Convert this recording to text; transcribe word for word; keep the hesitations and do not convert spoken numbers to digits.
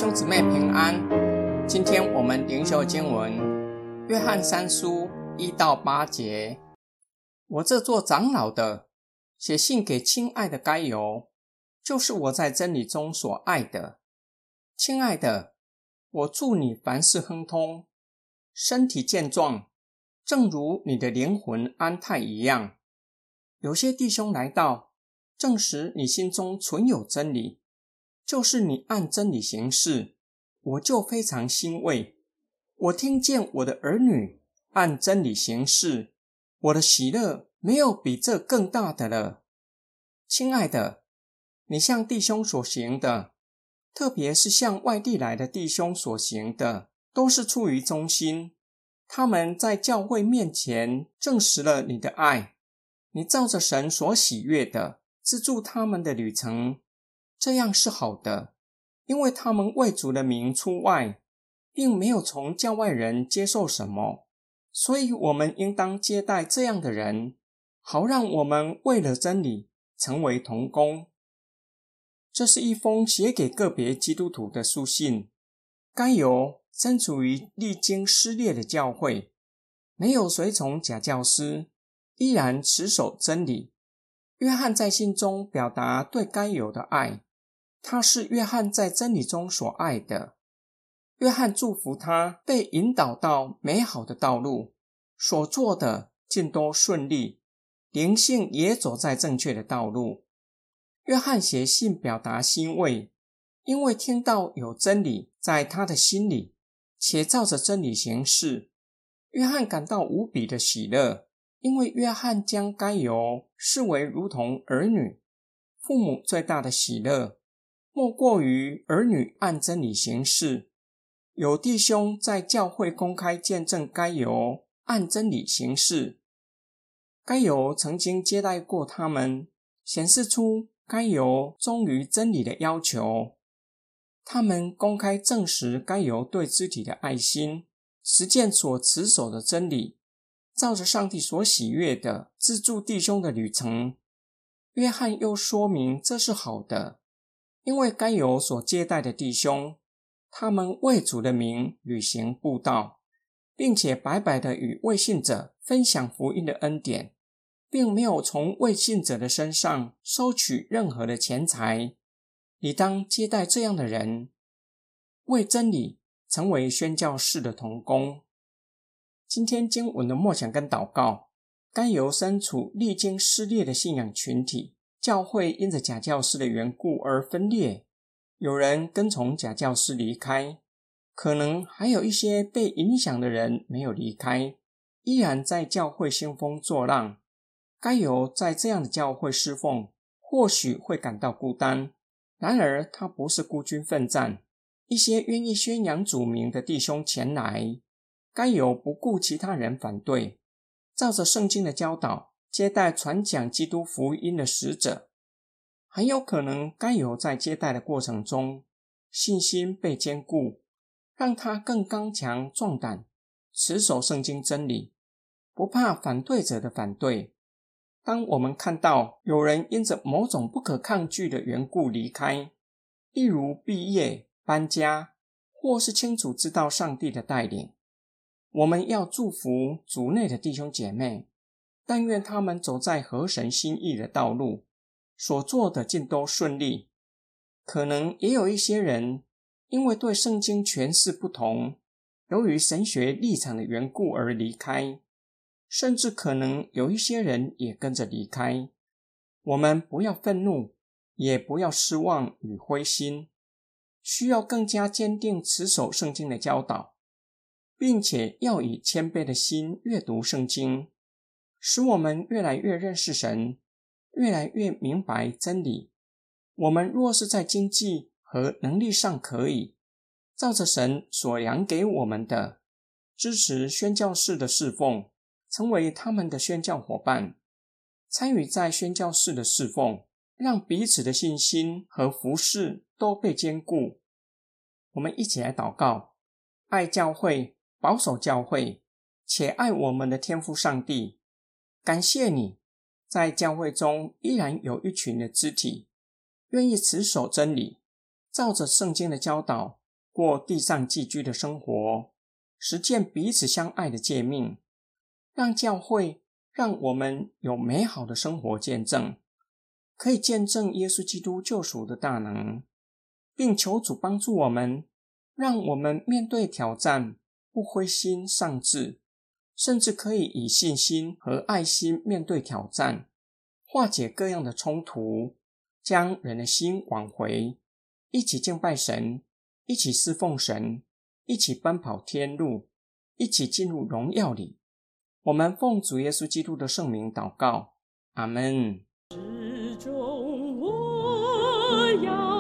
兄姊妹平安。今天我们灵修经文约翰三书一到八节。我这做长老的，写信给亲爱的该犹，就是我在真理中所爱的。亲爱的，我祝你凡事亨通，身体健壮，正如你的灵魂安泰一样。有些弟兄来到，证实你心中存有真理，就是你按真理行事，我就非常欣慰。我听见我的儿女按真理行事，我的喜乐没有比这更大的了。亲爱的，你向弟兄所行的，特别是向外地来的弟兄所行的，都是出于忠心。他们在教会面前证实了你的爱，你照着神所喜悦的资助他们的旅程，这样是好的，因为他们为主的名出外，并没有从教外人接受什么，所以我们应当接待这样的人，好让我们为了真理成为同工。这是一封写给个别基督徒的书信。该犹身处于历经撕裂的教会，没有随从假教师，依然持守真理。约翰在信中表达对该犹的爱，他是约翰在真理中所爱的。约翰祝福他被引导到美好的道路，所做的尽都顺利，灵性也走在正确的道路。约翰写信表达欣慰，因为听到有真理在他的心里，且照着真理行事。约翰感到无比的喜乐，因为约翰将该犹视为如同儿女。父母最大的喜乐，莫过于儿女按真理行事。有弟兄在教会公开见证该犹按真理行事。该犹曾经接待过他们，显示出该犹忠于真理的要求。他们公开证实该犹对肢体的爱心，实践所持守的真理，照着上帝所喜悦的资助弟兄的旅程。约翰又说明这是好的，因为该犹所接待的弟兄，他们为主的名履行布道，并且白白的与未信者分享福音的恩典，并没有从未信者的身上收取任何的钱财。你当接待这样的人，为真理成为宣教士的同工。今天经文的默想跟祷告，该犹身处历经撕裂的信仰群体，教会因着假教师的缘故而分裂，有人跟从假教师离开，可能还有一些被影响的人没有离开，依然在教会兴风作浪。该犹在这样的教会侍奉，或许会感到孤单，然而他不是孤军奋战。一些愿意宣扬主名的弟兄前来，该犹不顾其他人反对，照着圣经的教导接待传讲基督福音的使者。很有可能该犹在接待的过程中，信心被坚固，让他更刚强壮胆，持守圣经真理，不怕反对者的反对。当我们看到有人因着某种不可抗拒的缘故离开，例如毕业、搬家，或是清楚知道上帝的带领，我们要祝福主内的弟兄姐妹，但愿他们走在合神心意的道路，所做的尽都顺利。可能也有一些人因为对圣经诠释不同，由于神学立场的缘故而离开，甚至可能有一些人也跟着离开。我们不要愤怒，也不要失望与灰心，需要更加坚定持守圣经的教导，并且要以谦卑的心阅读圣经，使我们越来越认识神，越来越明白真理。我们若是在经济和能力上可以，照着神所量给我们的，支持宣教士的侍奉，成为他们的宣教伙伴，参与在宣教士的侍奉，让彼此的信心和服事都被坚固。我们一起来祷告，爱教会，保守教会，且爱我们的天父上帝。感谢你，在教会中依然有一群的肢体，愿意持守真理，照着圣经的教导， 过地上寄居的生活，实践彼此相爱的诫命，让教会，让我们有美好的生活见证，可以见证耶稣基督救赎的大能，并求主帮助我们，让我们面对挑战不灰心丧志，甚至可以以信心和爱心面对挑战，化解各样的冲突，将人的心挽回，一起敬拜神，一起侍奉神，一起奔跑天路，一起进入荣耀里。我们奉主耶稣基督的圣名祷告，阿们。 始终我要